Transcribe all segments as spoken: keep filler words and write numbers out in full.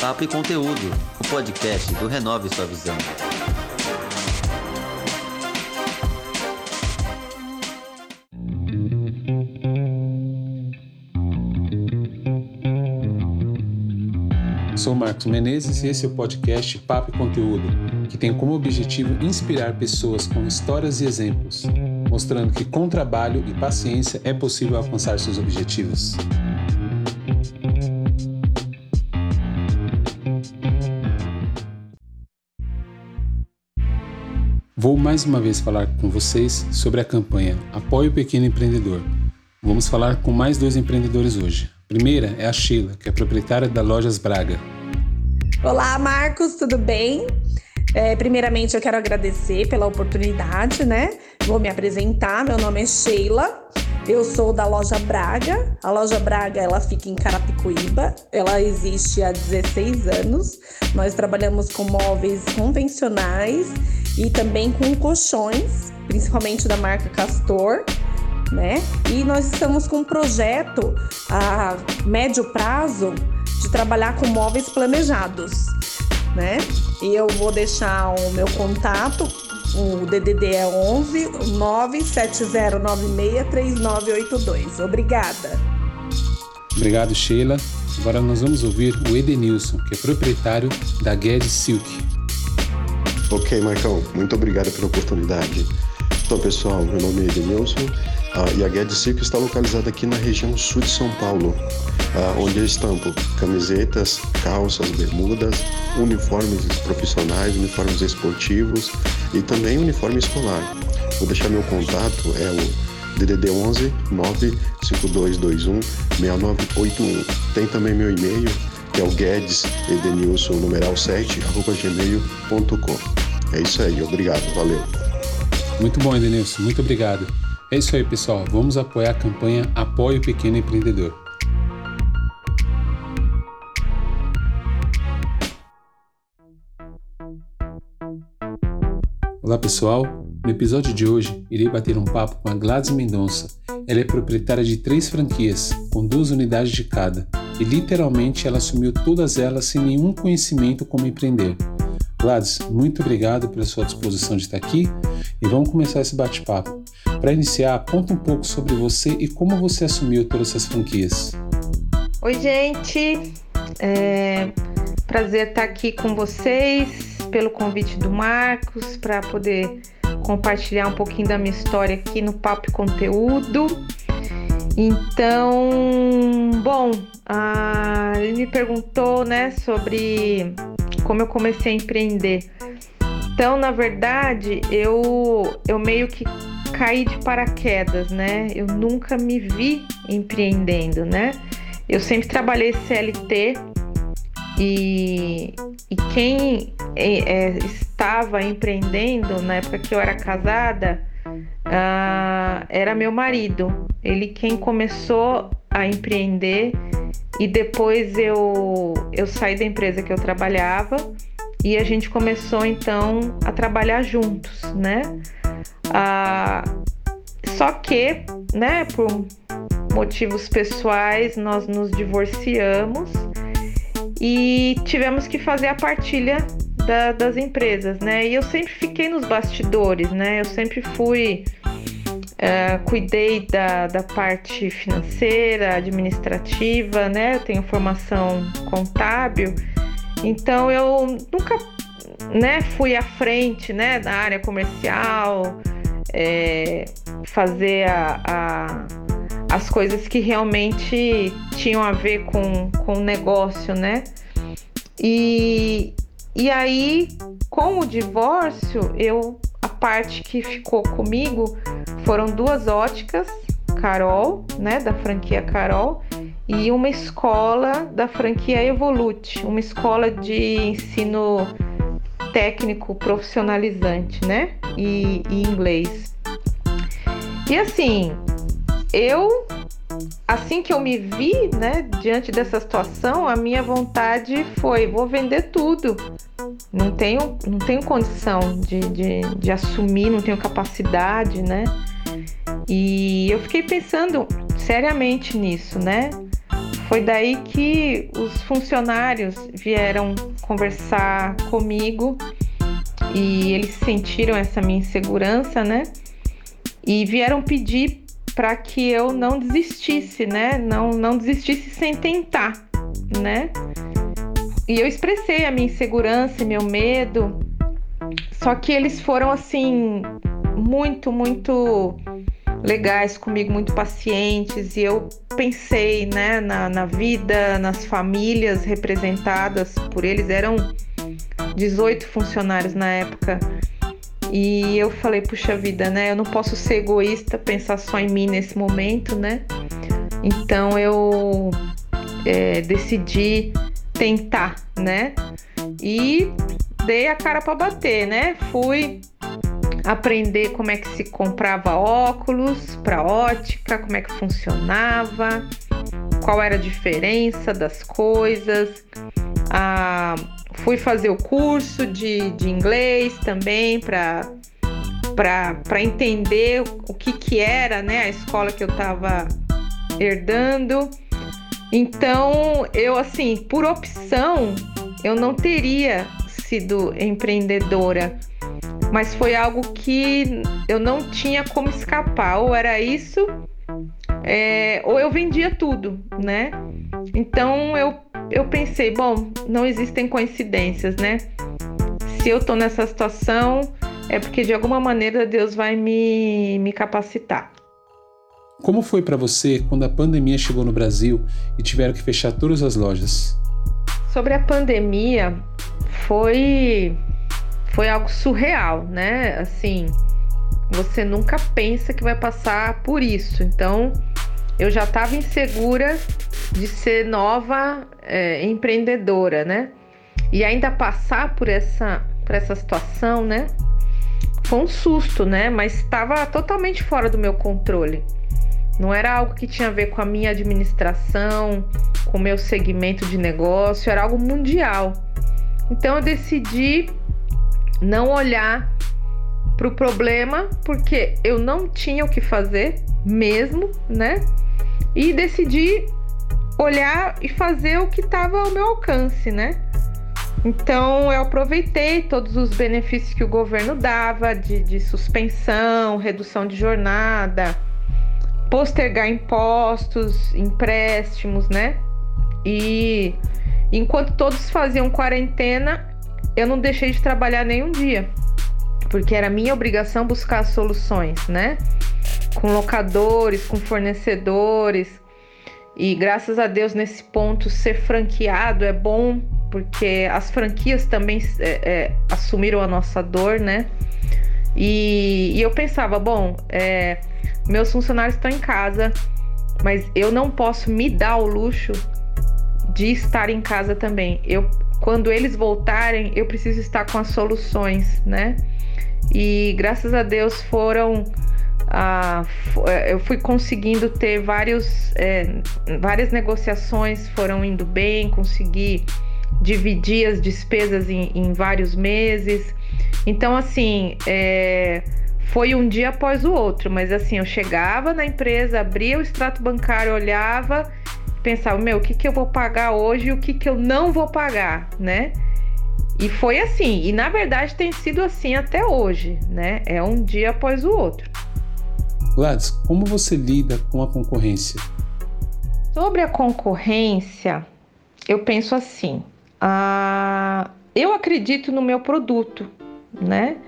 Papo e Conteúdo, o podcast do Renove Sua Visão. Sou Marcos Menezes e esse é o podcast Papo e Conteúdo, que tem como objetivo inspirar pessoas com histórias e exemplos, mostrando que com trabalho e paciência é possível alcançar seus objetivos. Vou mais uma vez falar com vocês sobre a campanha Apoie o Pequeno Empreendedor. Vamos falar com mais dois empreendedores hoje. A primeira é a Sheila, que é proprietária da Lojas Braga. Olá, Marcos, tudo bem? É, primeiramente, eu quero agradecer pela oportunidade, né? Vou me apresentar, meu nome é Sheila, eu sou da Loja Braga. A Loja Braga, ela fica em Carapicuíba, ela existe há dezesseis anos. Nós trabalhamos com móveis convencionais e também com colchões, principalmente da marca Castor, né? E nós estamos com um projeto a médio prazo de trabalhar com móveis planejados, né? E eu vou deixar o meu contato, o D D D é onze nove sete zero nove seis três nove oito dois. Obrigada. Obrigado, Sheila. Agora nós vamos ouvir o Edenilson, que é proprietário da Guedes Silk. Ok, Marcão, muito obrigado pela oportunidade. Então, pessoal, meu nome é Edenilson uh, e a Guedes Silk está localizada aqui na região sul de São Paulo, uh, onde eu estampo camisetas, calças, bermudas, uniformes profissionais, uniformes esportivos e também uniforme escolar. Vou deixar meu contato, é o D D D onze nove cinco dois dois um seis nove oito um. Tem também meu e-mail, que é o guedes edenilson numeral sete arroba gmail ponto com. É isso aí, obrigado, valeu. Muito bom, Edenilson, muito obrigado. É isso aí, pessoal, vamos apoiar a campanha Apoie o Pequeno Empreendedor. Olá, pessoal. No episódio de hoje, irei bater um papo com a Gladys Mendonça. Ela é proprietária de três franquias, com duas unidades de cada, e literalmente ela assumiu todas elas sem nenhum conhecimento como empreender. Gladys, muito obrigado pela sua disposição de estar aqui e vamos começar esse bate-papo. Para iniciar, conta um pouco sobre você e como você assumiu todas essas franquias. Oi, gente. É prazer estar aqui com vocês, pelo convite do Marcos, para poder compartilhar um pouquinho da minha história aqui no Papo e Conteúdo. Então, bom, ah, ele me perguntou, né, sobre como eu comecei a empreender. Então, na verdade, eu, eu meio que caí de paraquedas, né? Eu nunca me vi empreendendo, né? Eu sempre trabalhei C L T e, e quem é, é, estava empreendendo na época que eu era casada uh, era meu marido. Ele quem começou a empreender e depois eu, eu saí da empresa que eu trabalhava e a gente começou então a trabalhar juntos, né? Uh, só que, né, por motivos pessoais, nós nos divorciamos e tivemos que fazer a partilha da, das empresas, né? E eu sempre fiquei nos bastidores, né? Eu sempre fui, uh, cuidei da, da parte financeira, administrativa, né? Eu tenho formação contábil, então eu nunca, né, fui à frente, né, da área comercial, é, fazer a, a as coisas que realmente tinham a ver com, com o negócio, né? E, e aí, com o divórcio, eu, a parte que ficou comigo foram duas óticas, Carol, né, da franquia Carol, e uma escola da franquia Evolute, uma escola de ensino técnico profissionalizante, né, e, e inglês. E assim, eu, assim que eu me vi, né, diante dessa situação, a minha vontade foi, vou vender tudo. Não tenho, não tenho condição de, de, de assumir, não tenho capacidade, né? E eu fiquei pensando seriamente nisso, né? foi daí que os funcionários vieram conversar comigo e eles sentiram essa minha insegurança, né? E vieram pedir para que eu não desistisse, né? Não, não desistisse sem tentar, né? E eu expressei a minha insegurança e meu medo, só que eles foram, assim, muito, muito legais comigo, muito pacientes, e eu pensei, né, na, na vida, nas famílias representadas por eles. Eram dezoito funcionários na época, e eu falei, puxa vida, né, eu não posso ser egoísta, pensar só em mim nesse momento, né? Então eu é, decidi tentar, né? E dei a cara para bater, né? Fui aprender como é que se comprava óculos para ótica, como é que funcionava, qual era a diferença das coisas. Ah, fui fazer o curso de, de inglês também para para entender o que, que era, né, a escola que eu estava herdando. Então, eu, assim, por opção, eu não teria sido empreendedora, mas foi algo que eu não tinha como escapar. Ou era isso, é, ou eu vendia tudo, né? Então eu, eu pensei, bom, não existem coincidências, né? Se eu tô nessa situação, é porque de alguma maneira Deus vai me, me capacitar. Como foi para você quando a pandemia chegou no Brasil e tiveram que fechar todas as lojas? Sobre a pandemia, foi... Foi algo surreal, né? Assim, você nunca pensa que vai passar por isso. Então, eu já estava insegura de ser nova é, empreendedora, né? E ainda passar por essa, por essa situação, né? Foi um susto, né? Mas estava totalmente fora do meu controle. Não era algo que tinha a ver com a minha administração, com o meu segmento de negócio, era algo mundial. Então, eu decidi não olhar para o problema, porque eu não tinha o que fazer mesmo, né? E decidi olhar e fazer o que estava ao meu alcance, né? Então eu aproveitei todos os benefícios que o governo dava, de, de suspensão, redução de jornada, postergar impostos, empréstimos, né? E enquanto todos faziam quarentena, eu não deixei de trabalhar nenhum dia, porque era minha obrigação buscar soluções, né? Com locadores, com fornecedores. E graças a Deus, nesse ponto, ser franqueado é bom, porque as franquias também é, é, assumiram a nossa dor, né? E, e eu pensava, bom, é, meus funcionários estão em casa, mas eu não posso me dar o luxo de estar em casa também. Eu Quando eles voltarem, eu preciso estar com as soluções, né? E graças a Deus foram... Ah, eu fui conseguindo ter vários, é, várias negociações, foram indo bem, consegui dividir as despesas em, em vários meses. Então, assim, é, foi um dia após o outro, mas assim, eu chegava na empresa, abria o extrato bancário, olhava... pensava, meu, o que que eu vou pagar hoje e o que que eu não vou pagar, né? E foi assim, e na verdade tem sido assim até hoje, né? É um dia após o outro. Gladys, como você lida com a concorrência? Sobre a concorrência, eu penso assim, ah, eu acredito no meu produto, né?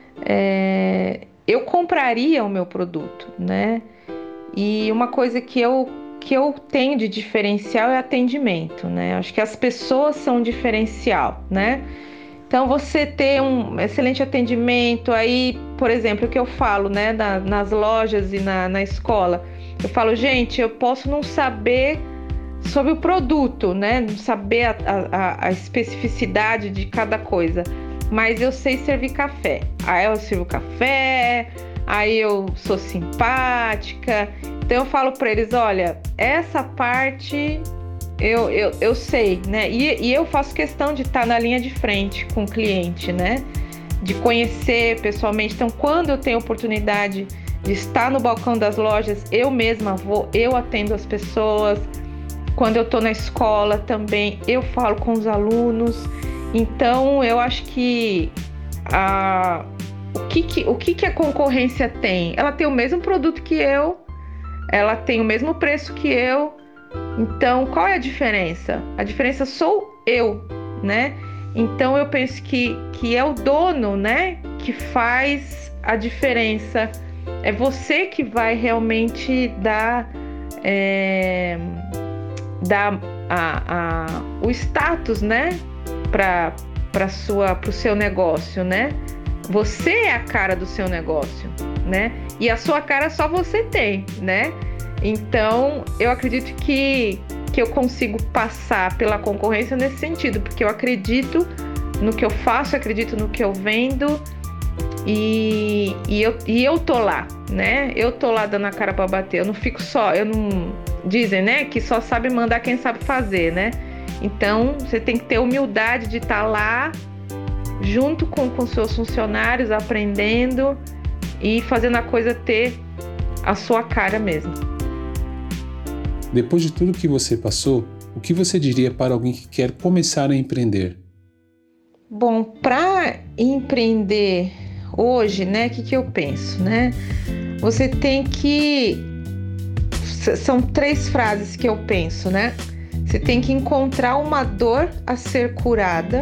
É, eu compraria o meu produto, né? E uma coisa que eu que eu tenho de diferencial é atendimento, né? Acho que as pessoas são um diferencial, né? Então, você ter um excelente atendimento, aí, por exemplo, o que eu falo, né, na, nas lojas e na, na escola, eu falo, gente, eu posso não saber sobre o produto, né, não saber a, a, a especificidade de cada coisa, mas eu sei servir café. Aí eu sirvo café, aí eu sou simpática. Então eu falo para eles, olha, essa parte eu, eu, eu sei, né? E, e eu faço questão de estar na linha de frente com o cliente, né? De conhecer pessoalmente. Então, quando eu tenho oportunidade de estar no balcão das lojas, eu mesma vou, eu atendo as pessoas. quando eu estou na escola também, eu falo com os alunos. Então, eu acho que a, o, que, que, o que, que a concorrência tem? Ela tem o mesmo produto que eu, ela tem o mesmo preço que eu. Então, qual é a diferença? A diferença sou eu, né? Então, eu penso que, que é o dono, né, que faz a diferença. É você que vai realmente dar, é, dar a, a, o status, né, para o seu negócio, né? Você é a cara do seu negócio, né? E a sua cara só você tem, né? Então, eu acredito que, que eu consigo passar pela concorrência nesse sentido, porque eu acredito no que eu faço, acredito no que eu vendo e, e, eu, e eu tô lá, né? Eu tô lá dando a cara para bater, eu não fico só, eu não... Dizem, né, que só sabe mandar quem sabe fazer, né? Então, você tem que ter humildade de estar lá junto com, com seus funcionários, aprendendo e fazendo a coisa ter a sua cara mesmo. Depois de tudo que você passou, o que você diria para alguém que quer começar a empreender? Bom, para empreender hoje, né, o que, que eu penso, né? Você tem que... São três frases que eu penso, né? Você tem que encontrar uma dor a ser curada,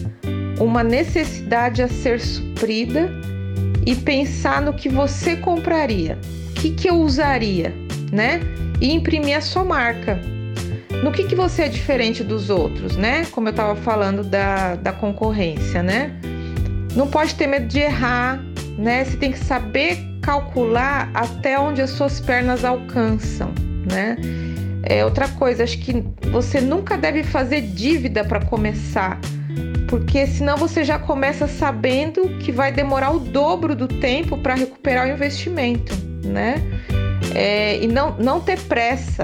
uma necessidade a ser suprida e pensar no que você compraria. O que, que eu usaria, né? E imprimir a sua marca. No que, que você é diferente dos outros, né? Como eu estava falando da, da concorrência, né? Não pode ter medo de errar, né? Você tem que saber calcular até onde as suas pernas alcançam, né? É outra coisa, acho que você nunca deve fazer dívida para começar, porque senão você já começa sabendo que vai demorar o dobro do tempo para recuperar o investimento, né? É, e não, não ter pressa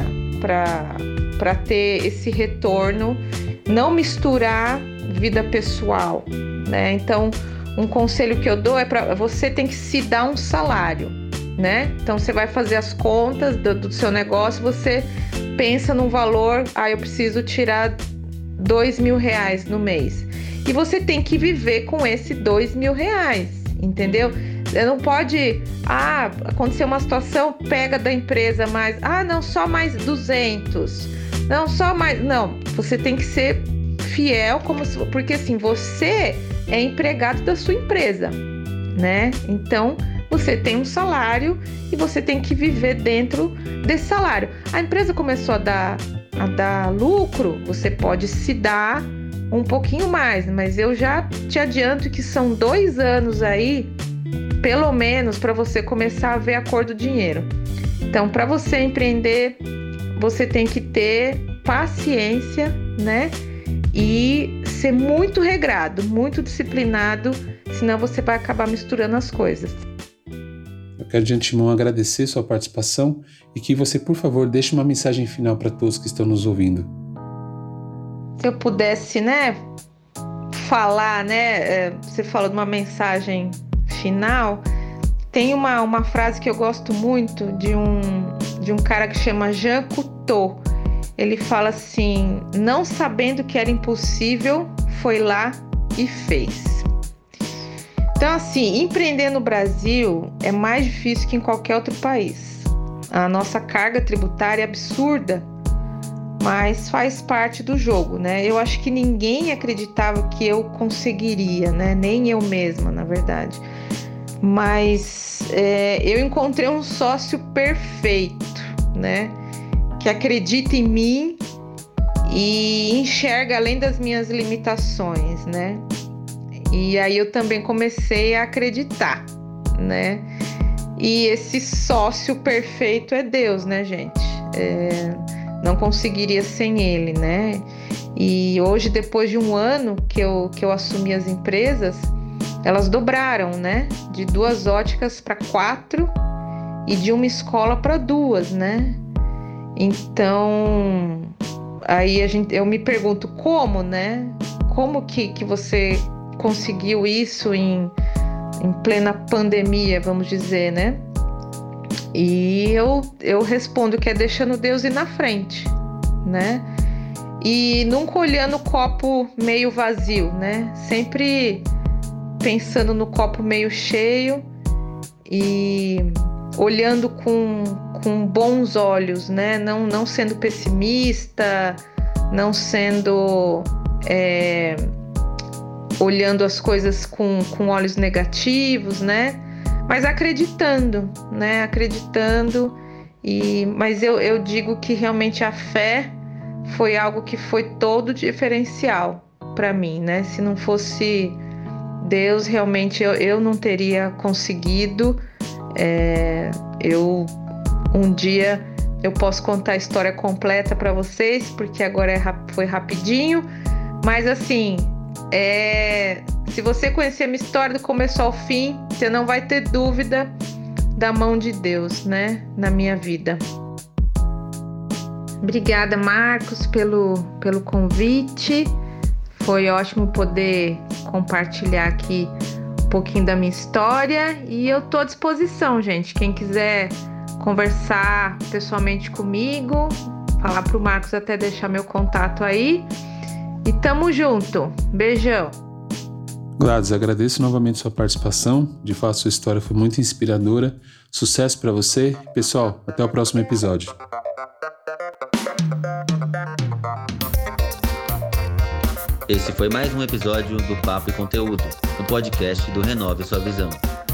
para ter esse retorno, não misturar vida pessoal, né? Então, um conselho que eu dou é para você tem que se dar um salário, né? Então, você vai fazer as contas do, do seu negócio, você pensa num valor, ah, eu preciso tirar dois mil reais no mês. E você tem que viver com esse dois mil reais, entendeu? Você não pode, ah, aconteceu uma situação, pega da empresa mais, ah, não, só mais duzentos. Não, só mais, não, você tem que ser fiel, como se, porque assim, você é empregado da sua empresa, né? Então, você tem um salário e você tem que viver dentro desse salário. A empresa começou a dar, a dar lucro, você pode se dar um pouquinho mais, mas eu já te adianto que são dois anos aí, pelo menos, para você começar a ver a cor do dinheiro. Então, para você empreender, você tem que ter paciência, né? E ser muito regrado, muito disciplinado, senão você vai acabar misturando as coisas. Eu quero de antemão agradecer sua participação e que você, por favor, deixe uma mensagem final para todos que estão nos ouvindo. Se eu pudesse, né, falar, né, você falou de uma mensagem final, tem uma, uma frase que eu gosto muito de um, de um cara que chama Jean Cousteau. Ele fala assim, não sabendo que era impossível, foi lá e fez. Então, assim, empreender no Brasil é mais difícil que em qualquer outro país. A nossa carga tributária é absurda, mas faz parte do jogo, né? Eu acho que ninguém acreditava que eu conseguiria, né? Nem eu mesma, na verdade. Mas é, eu encontrei um sócio perfeito, né? Que acredita em mim e enxerga além das minhas limitações, né? E aí eu também comecei a acreditar, né? E esse sócio perfeito é Deus, né, gente? É, não conseguiria sem ele, né? E hoje, depois de um ano que eu, que eu assumi as empresas, elas dobraram, né? De duas óticas para quatro e de uma escola para duas, né? Então, aí a gente, eu me pergunto como, né? Como que, que você conseguiu isso em, em plena pandemia, vamos dizer, né? E eu, eu respondo que é deixando Deus ir na frente, né? E nunca olhando o copo meio vazio, né? Sempre pensando no copo meio cheio e olhando com, com bons olhos, né? Não, não sendo pessimista, não sendo... É, olhando as coisas com, com olhos negativos, né? Mas acreditando, né? Acreditando. E, mas eu, eu digo que realmente a fé foi algo que foi todo diferencial para mim, né? Se não fosse Deus, realmente eu, eu não teria conseguido. É, eu um dia eu posso contar a história completa para vocês, porque agora é, foi rapidinho. Mas assim, é, se você conhecer a minha história do começo ao fim, você não vai ter dúvida da mão de Deus, né, na minha vida. Obrigada, Marcos, pelo, pelo convite. Foi ótimo poder compartilhar aqui um pouquinho da minha história. E eu tô à disposição, gente. Quem quiser conversar pessoalmente comigo, falar pro Marcos até deixar meu contato aí. E tamo junto. Beijão. Gladys, agradeço novamente sua participação. De fato, sua história foi muito inspiradora. Sucesso para você. Pessoal, até o próximo episódio. Esse foi mais um episódio do Papo e Conteúdo, o podcast do Renove Sua Visão.